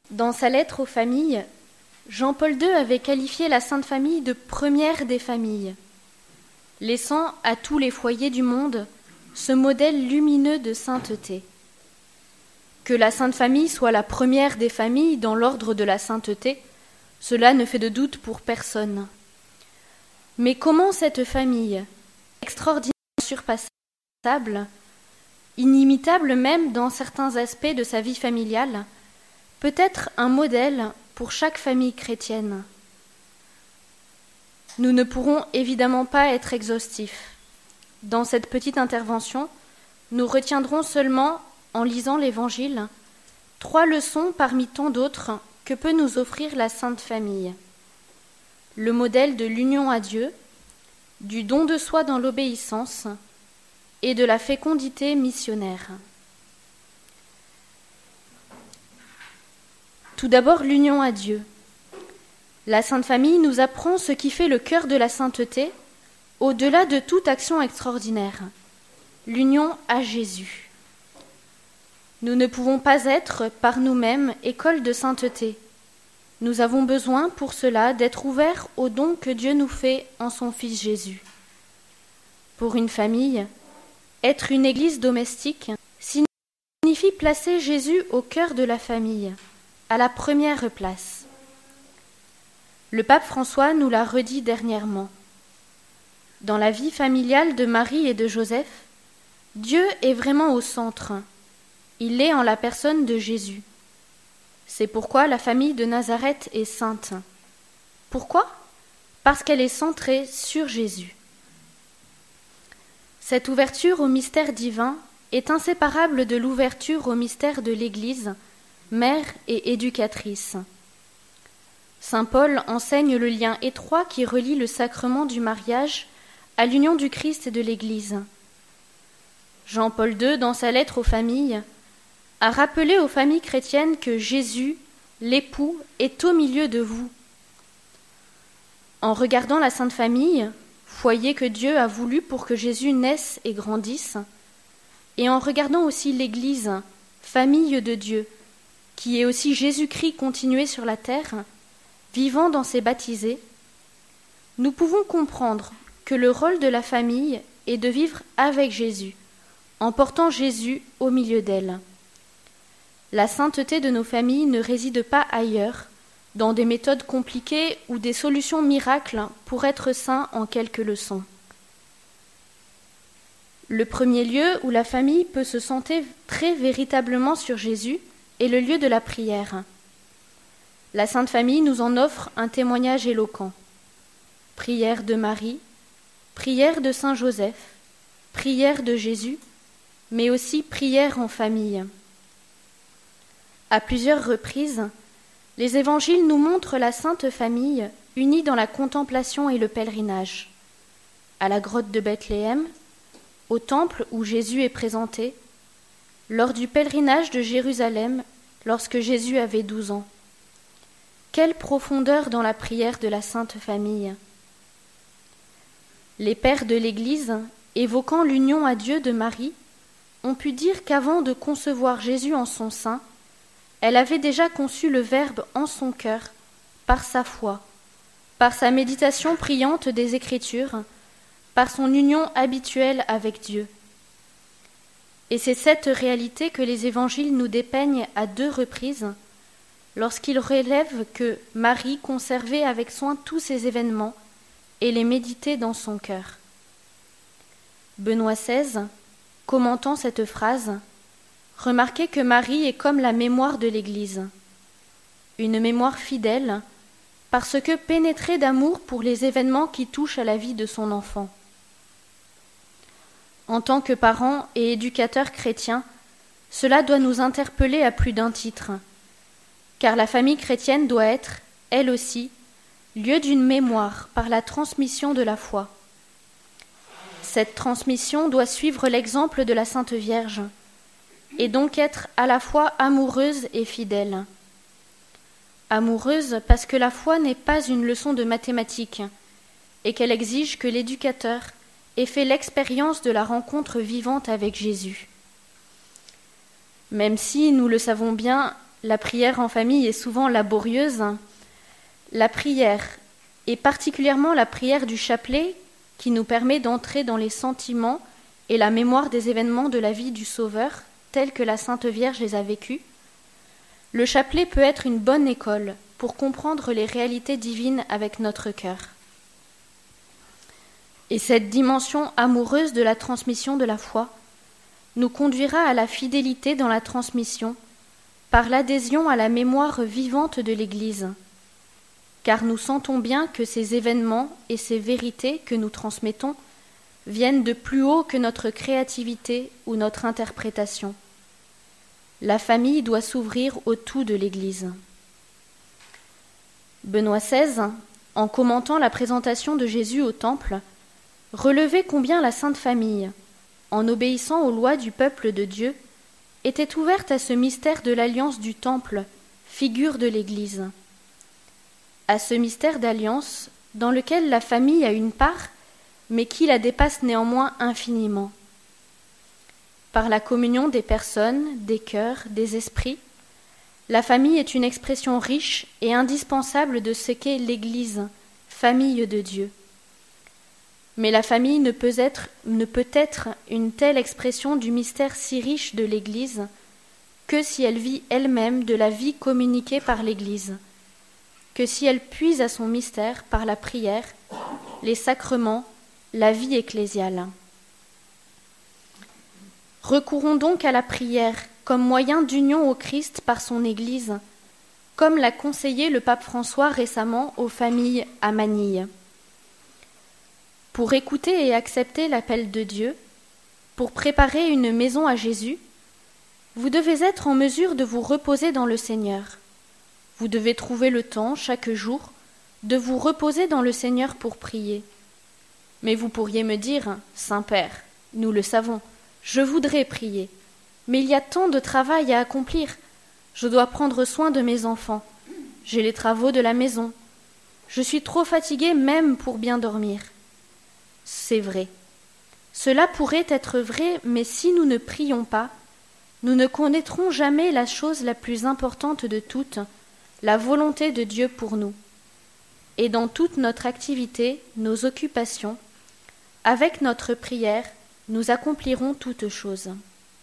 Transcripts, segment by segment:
Dans sa lettre aux familles, Jean-Paul II avait qualifié la Sainte Famille de première des familles, laissant à tous les foyers du monde ce modèle lumineux de sainteté. Que la Sainte Famille soit la première des familles dans l'ordre de la sainteté, cela ne fait de doute pour personne. Mais comment cette famille, extraordinaire, surpassable, inimitable même dans certains aspects de sa vie familiale, peut être un modèle pour chaque famille chrétienne? Nous ne pourrons évidemment pas être exhaustifs. Dans cette petite intervention, nous retiendrons seulement, en lisant l'Évangile, 3 leçons parmi tant d'autres que peut nous offrir la Sainte Famille. Le modèle de l'union à Dieu, du don de soi dans l'obéissance et de la fécondité missionnaire. Tout d'abord, l'union à Dieu. La Sainte Famille nous apprend ce qui fait le cœur de la sainteté, au-delà de toute action extraordinaire, l'union à Jésus. Nous ne pouvons pas être, par nous-mêmes, école de sainteté. Nous avons besoin, pour cela, d'être ouverts au don que Dieu nous fait en son Fils Jésus. Pour une famille, être une église domestique signifie placer Jésus au cœur de la famille, à la première place. Le pape François nous l'a redit dernièrement. Dans la vie familiale de Marie et de Joseph, Dieu est vraiment au centre. Il est en la personne de Jésus. C'est pourquoi la famille de Nazareth est sainte. Pourquoi ? Parce qu'elle est centrée sur Jésus. Cette ouverture au mystère divin est inséparable de l'ouverture au mystère de l'Église, mère et éducatrice. Saint Paul enseigne le lien étroit qui relie le sacrement du mariage à l'union du Christ et de l'Église. Jean-Paul II, dans sa lettre aux familles, a rappelé aux familles chrétiennes que Jésus, l'époux, est au milieu de vous. En regardant la Sainte Famille, foyer que Dieu a voulu pour que Jésus naisse et grandisse, et en regardant aussi l'Église, famille de Dieu, qui est aussi Jésus-Christ continué sur la terre, vivant dans ses baptisés, nous pouvons comprendre que le rôle de la famille est de vivre avec Jésus, en portant Jésus au milieu d'elle. La sainteté de nos familles ne réside pas ailleurs, dans des méthodes compliquées ou des solutions miracles pour être saint en quelques leçons. Le premier lieu où la famille peut se centrer véritablement sur Jésus est le lieu de la prière. La Sainte Famille nous en offre un témoignage éloquent. Prière de Marie, prière de Saint Joseph, prière de Jésus, mais aussi prière en famille. À plusieurs reprises, les évangiles nous montrent la Sainte Famille unie dans la contemplation et le pèlerinage. À la grotte de Bethléem, au temple où Jésus est présenté, lors du pèlerinage de Jérusalem, lorsque Jésus avait 12 ans. Quelle profondeur dans la prière de la Sainte Famille! Les pères de l'Église, évoquant l'union à Dieu de Marie, ont pu dire qu'avant de concevoir Jésus en son sein, elle avait déjà conçu le Verbe en son cœur, par sa foi, par sa méditation priante des Écritures, par son union habituelle avec Dieu. Et c'est cette réalité que les évangiles nous dépeignent à 2 reprises, lorsqu'ils relèvent que Marie conservait avec soin tous ces événements et les méditait dans son cœur. Benoît XVI, commentant cette phrase, remarquait que Marie est comme la mémoire de l'Église, une mémoire fidèle, parce que pénétrée d'amour pour les événements qui touchent à la vie de son enfant. En tant que parents et éducateurs chrétiens, cela doit nous interpeller à plus d'un titre, car la famille chrétienne doit être, elle aussi, lieu d'une mémoire par la transmission de la foi. Cette transmission doit suivre l'exemple de la Sainte Vierge, et donc être à la fois amoureuse et fidèle. Amoureuse parce que la foi n'est pas une leçon de mathématiques, et qu'elle exige que l'éducateur ait fait l'expérience de la rencontre vivante avec Jésus. Même si, nous le savons bien, la prière en famille est souvent laborieuse, la prière, et particulièrement la prière du chapelet, qui nous permet d'entrer dans les sentiments et la mémoire des événements de la vie du Sauveur, tels que la Sainte Vierge les a vécus, le chapelet peut être une bonne école pour comprendre les réalités divines avec notre cœur. Et cette dimension amoureuse de la transmission de la foi nous conduira à la fidélité dans la transmission par l'adhésion à la mémoire vivante de l'Église, car nous sentons bien que ces événements et ces vérités que nous transmettons viennent de plus haut que notre créativité ou notre interprétation. La famille doit s'ouvrir au tout de l'Église. Benoît XVI, en commentant la présentation de Jésus au Temple, relevait combien la Sainte Famille, en obéissant aux lois du peuple de Dieu, était ouverte à ce mystère de l'alliance du Temple, figure de l'Église. À ce mystère d'alliance dans lequel la famille a une part, mais qui la dépasse néanmoins infiniment. Par la communion des personnes, des cœurs, des esprits, la famille est une expression riche et indispensable de ce qu'est l'Église, famille de Dieu. Mais la famille ne peut être une telle expression du mystère si riche de l'Église que si elle vit elle-même de la vie communiquée par l'Église, que si elle puise à son mystère par la prière, les sacrements, la vie ecclésiale. Recourons donc à la prière comme moyen d'union au Christ par son Église, comme l'a conseillé le pape François récemment aux familles à Manille. Pour écouter et accepter l'appel de Dieu, pour préparer une maison à Jésus, vous devez être en mesure de vous reposer dans le Seigneur. Vous devez trouver le temps, chaque jour, de vous reposer dans le Seigneur pour prier. Mais vous pourriez me dire, Saint-Père, nous le savons, je voudrais prier, mais il y a tant de travail à accomplir. Je dois prendre soin de mes enfants. J'ai les travaux de la maison. Je suis trop fatiguée même pour bien dormir. C'est vrai. Cela pourrait être vrai, mais si nous ne prions pas, nous ne connaîtrons jamais la chose la plus importante de toutes, la volonté de Dieu pour nous. Et dans toute notre activité, nos occupations, avec notre prière, nous accomplirons toutes choses.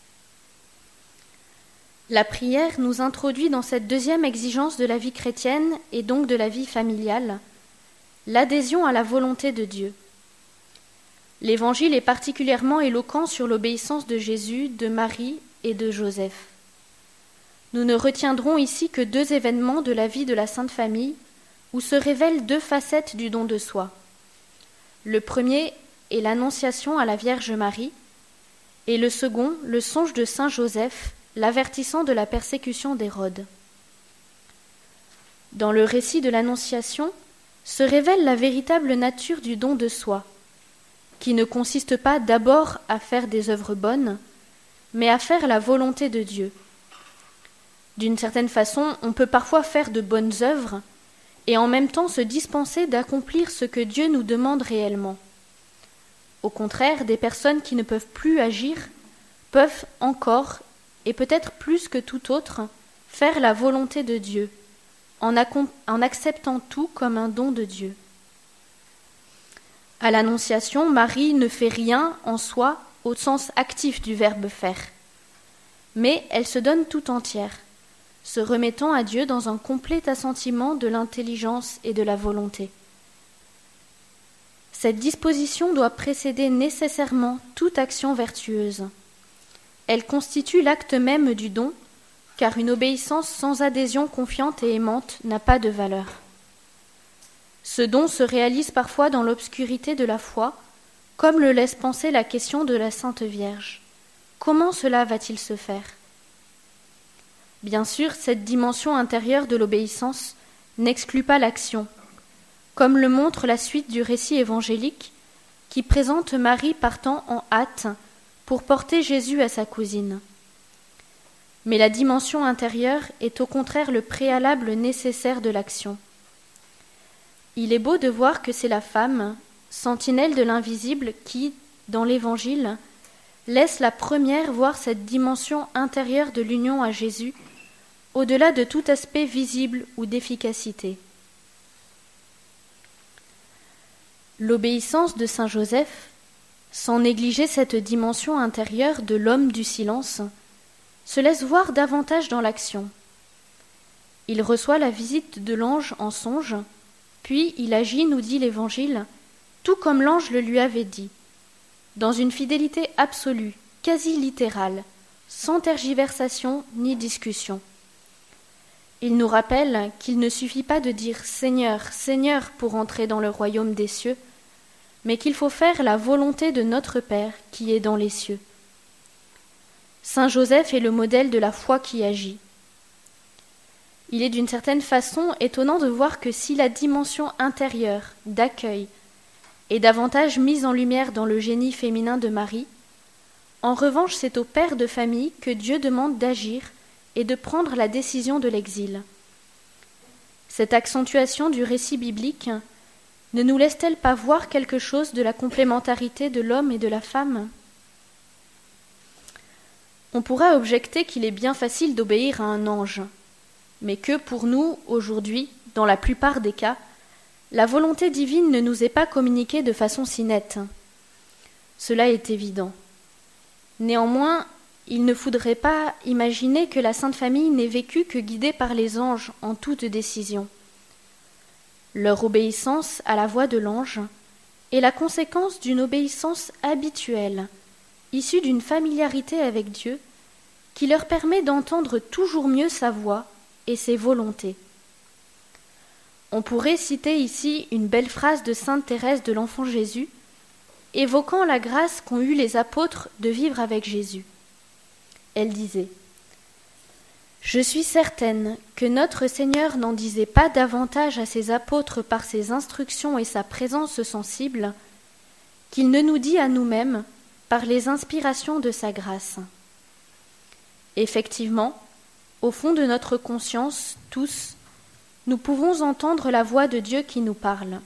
La prière nous introduit dans cette deuxième exigence de la vie chrétienne et donc de la vie familiale, l'adhésion à la volonté de Dieu. L'Évangile est particulièrement éloquent sur l'obéissance de Jésus, de Marie et de Joseph. Nous ne retiendrons ici que deux événements de la vie de la Sainte Famille où se révèlent deux facettes du don de soi. Le premier est l'Annonciation à la Vierge Marie, et le second, le songe de Saint Joseph, l'avertissant de la persécution d'Hérode. Dans le récit de l'Annonciation se révèle la véritable nature du don de soi, qui ne consiste pas d'abord à faire des œuvres bonnes, mais à faire la volonté de Dieu. D'une certaine façon, on peut parfois faire de bonnes œuvres et en même temps se dispenser d'accomplir ce que Dieu nous demande réellement. Au contraire, des personnes qui ne peuvent plus agir peuvent encore, et peut-être plus que tout autre, faire la volonté de Dieu, en acceptant tout comme un don de Dieu. À l'Annonciation, Marie ne fait rien en soi au sens actif du verbe faire, mais elle se donne tout entière, se remettant à Dieu dans un complet assentiment de l'intelligence et de la volonté. Cette disposition doit précéder nécessairement toute action vertueuse. Elle constitue l'acte même du don, car une obéissance sans adhésion confiante et aimante n'a pas de valeur. Ce don se réalise parfois dans l'obscurité de la foi, comme le laisse penser la question de la Sainte Vierge. Comment cela va-t-il se faire ? Bien sûr, cette dimension intérieure de l'obéissance n'exclut pas l'action, comme le montre la suite du récit évangélique qui présente Marie partant en hâte pour porter Jésus à sa cousine. Mais la dimension intérieure est au contraire le préalable nécessaire de l'action. Il est beau de voir que c'est la femme, sentinelle de l'invisible, qui, dans l'Évangile, laisse la première voir cette dimension intérieure de l'union à Jésus, au-delà de tout aspect visible ou d'efficacité. L'obéissance de saint Joseph, sans négliger cette dimension intérieure de l'homme du silence, se laisse voir davantage dans l'action. Il reçoit la visite de l'ange en songe, puis il agit, nous dit l'Évangile, tout comme l'ange le lui avait dit, dans une fidélité absolue, quasi littérale, sans tergiversation ni discussion. Il nous rappelle qu'il ne suffit pas de dire « Seigneur, Seigneur » pour entrer dans le royaume des cieux, mais qu'il faut faire la volonté de notre Père qui est dans les cieux. Saint Joseph est le modèle de la foi qui agit. Il est d'une certaine façon étonnant de voir que si la dimension intérieure, d'accueil, est davantage mise en lumière dans le génie féminin de Marie, en revanche c'est au père de famille que Dieu demande d'agir et de prendre la décision de l'exil. Cette accentuation du récit biblique ne nous laisse-t-elle pas voir quelque chose de la complémentarité de l'homme et de la femme ? On pourrait objecter qu'il est bien facile d'obéir à un ange, mais que pour nous, aujourd'hui, dans la plupart des cas, la volonté divine ne nous est pas communiquée de façon si nette. Cela est évident. Néanmoins, il ne faudrait pas imaginer que la Sainte Famille n'ait vécu que guidée par les anges en toute décision. Leur obéissance à la voix de l'ange est la conséquence d'une obéissance habituelle, issue d'une familiarité avec Dieu, qui leur permet d'entendre toujours mieux sa voix et ses volontés. On pourrait citer ici une belle phrase de sainte Thérèse de l'Enfant Jésus, évoquant la grâce qu'ont eue les apôtres de vivre avec Jésus. Elle disait « Je suis certaine que notre Seigneur n'en disait pas davantage à ses apôtres par ses instructions et sa présence sensible, qu'il ne nous dit à nous-mêmes par les inspirations de sa grâce. » Effectivement, au fond de notre conscience, tous, nous pouvons entendre la voix de Dieu qui nous parle.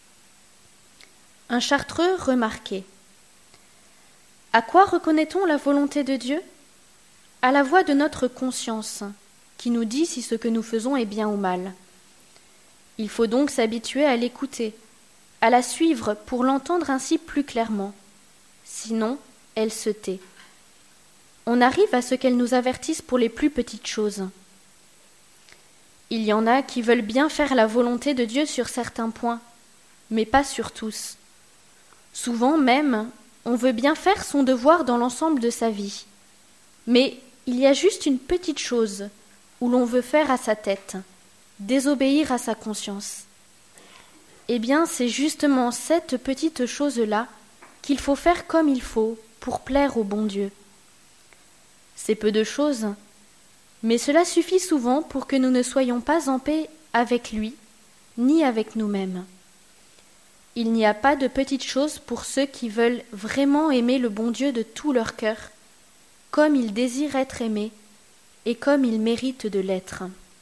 Un Chartreux remarquait « À quoi reconnaît-on la volonté de Dieu ? À la voix de notre conscience, qui nous dit si ce que nous faisons est bien ou mal. Il faut donc s'habituer à l'écouter, à la suivre pour l'entendre ainsi plus clairement. Sinon, elle se tait. On arrive à ce qu'elle nous avertisse pour les plus petites choses. Il y en a qui veulent bien faire la volonté de Dieu sur certains points, mais pas sur tous. Souvent même, on veut bien faire son devoir dans l'ensemble de sa vie. Mais il y a juste une petite chose où l'on veut faire à sa tête, désobéir à sa conscience. Eh bien, c'est justement cette petite chose-là qu'il faut faire comme il faut pour plaire au bon Dieu. C'est peu de choses, mais cela suffit souvent pour que nous ne soyons pas en paix avec lui, ni avec nous-mêmes. Il n'y a pas de petites choses pour ceux qui veulent vraiment aimer le bon Dieu de tout leur cœur, comme ils désirent être aimés et comme ils méritent de l'être.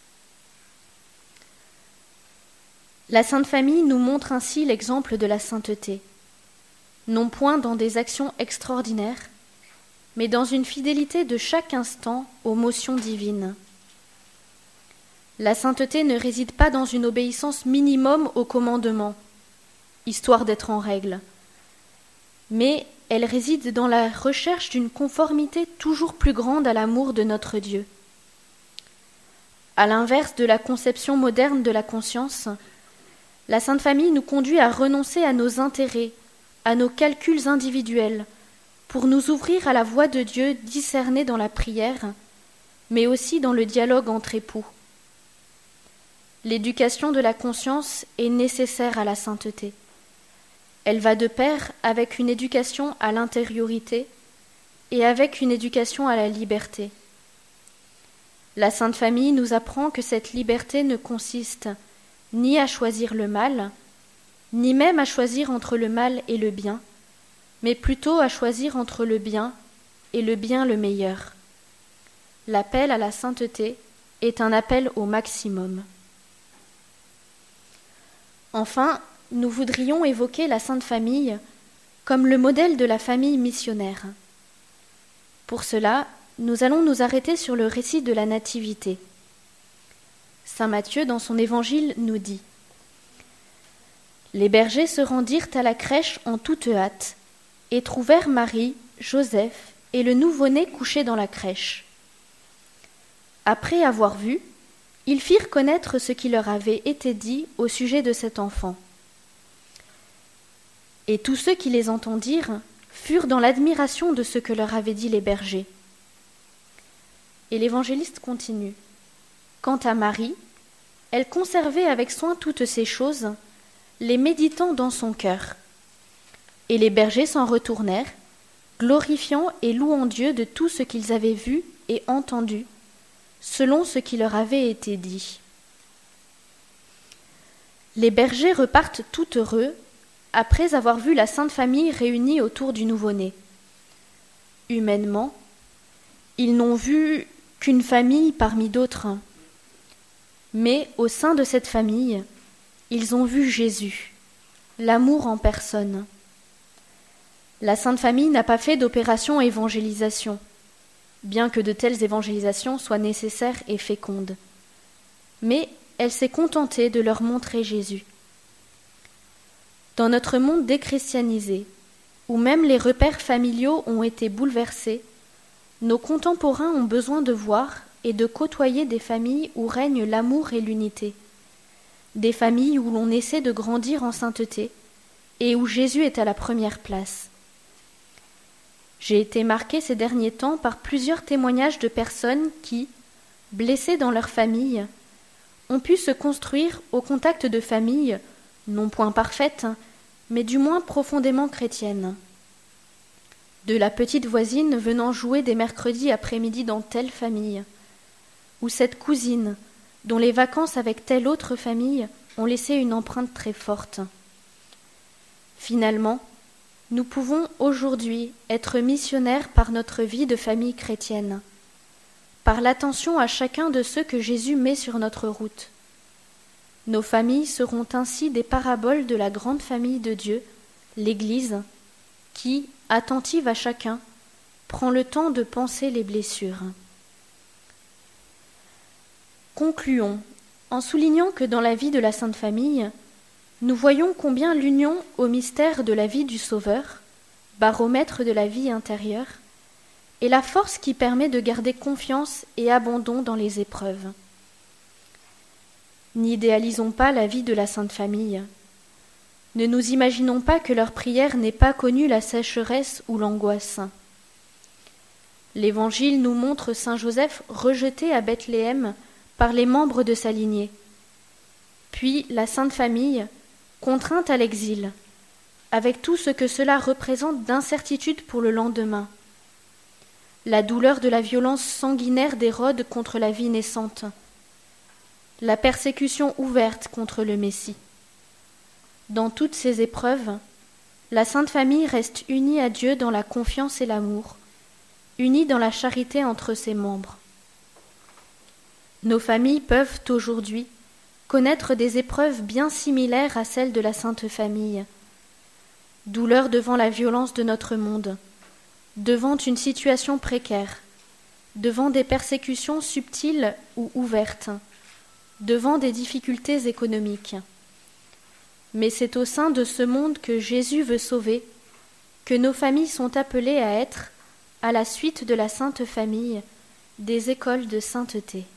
La Sainte Famille nous montre ainsi l'exemple de la sainteté, non point dans des actions extraordinaires, mais dans une fidélité de chaque instant aux motions divines. La sainteté ne réside pas dans une obéissance minimum aux commandements, histoire d'être en règle, mais elle réside dans la recherche d'une conformité toujours plus grande à l'amour de notre Dieu. À l'inverse de la conception moderne de la conscience, la Sainte Famille nous conduit à renoncer à nos intérêts, à nos calculs individuels, pour nous ouvrir à la voix de Dieu discernée dans la prière, mais aussi dans le dialogue entre époux. L'éducation de la conscience est nécessaire à la sainteté. Elle va de pair avec une éducation à l'intériorité et avec une éducation à la liberté. La Sainte Famille nous apprend que cette liberté ne consiste ni à choisir le mal, ni même à choisir entre le mal et le bien, mais plutôt à choisir entre le bien et le bien le meilleur. L'appel à la sainteté est un appel au maximum. Enfin, nous voudrions évoquer la Sainte Famille comme le modèle de la famille missionnaire. Pour cela, nous allons nous arrêter sur le récit de la Nativité. Saint Matthieu, dans son évangile, nous dit : Les bergers se rendirent à la crèche en toute hâte et trouvèrent Marie, Joseph et le nouveau-né couché dans la crèche. Après avoir vu, ils firent connaître ce qui leur avait été dit au sujet de cet enfant. Et tous ceux qui les entendirent furent dans l'admiration de ce que leur avaient dit les bergers. Et l'évangéliste continue : Quant à Marie, elle conservait avec soin toutes ces choses, les méditant dans son cœur. Et les bergers s'en retournèrent, glorifiant et louant Dieu de tout ce qu'ils avaient vu et entendu, selon ce qui leur avait été dit. Les bergers repartent tout heureux, après avoir vu la Sainte Famille réunie autour du nouveau-né. Humainement, ils n'ont vu qu'une famille parmi d'autres, mais au sein de cette famille, ils ont vu Jésus, l'amour en personne. La Sainte Famille n'a pas fait d'opération évangélisation, bien que de telles évangélisations soient nécessaires et fécondes. Mais elle s'est contentée de leur montrer Jésus. Dans notre monde déchristianisé, où même les repères familiaux ont été bouleversés, nos contemporains ont besoin de voir et de côtoyer des familles où règne l'amour et l'unité, des familles où l'on essaie de grandir en sainteté et où Jésus est à la première place. J'ai été marquée ces derniers temps par plusieurs témoignages de personnes qui, blessées dans leur famille, ont pu se construire au contact de familles, non point parfaites, mais du moins profondément chrétiennes. De la petite voisine venant jouer des mercredis après-midi dans telle famille, ou cette cousine dont les vacances avec telle autre famille ont laissé une empreinte très forte. Finalement, nous pouvons aujourd'hui être missionnaires par notre vie de famille chrétienne, par l'attention à chacun de ceux que Jésus met sur notre route. Nos familles seront ainsi des paraboles de la grande famille de Dieu, l'Église, qui, attentive à chacun, prend le temps de panser les blessures. Concluons en soulignant que dans la vie de la Sainte Famille, nous voyons combien l'union au mystère de la vie du Sauveur, baromètre de la vie intérieure, est la force qui permet de garder confiance et abandon dans les épreuves. N'idéalisons pas la vie de la Sainte Famille. Ne nous imaginons pas que leur prière n'ait pas connu la sécheresse ou l'angoisse. L'Évangile nous montre saint Joseph rejeté à Bethléem par les membres de sa lignée, puis la Sainte Famille contrainte à l'exil, avec tout ce que cela représente d'incertitude pour le lendemain, la douleur de la violence sanguinaire d'Hérode contre la vie naissante, la persécution ouverte contre le Messie. Dans toutes ces épreuves, la Sainte Famille reste unie à Dieu dans la confiance et l'amour, unie dans la charité entre ses membres. Nos familles peuvent aujourd'hui connaître des épreuves bien similaires à celles de la Sainte Famille. Douleur devant la violence de notre monde, devant une situation précaire, devant des persécutions subtiles ou ouvertes, devant des difficultés économiques. Mais c'est au sein de ce monde que Jésus veut sauver que nos familles sont appelées à être, à la suite de la Sainte Famille, des écoles de sainteté.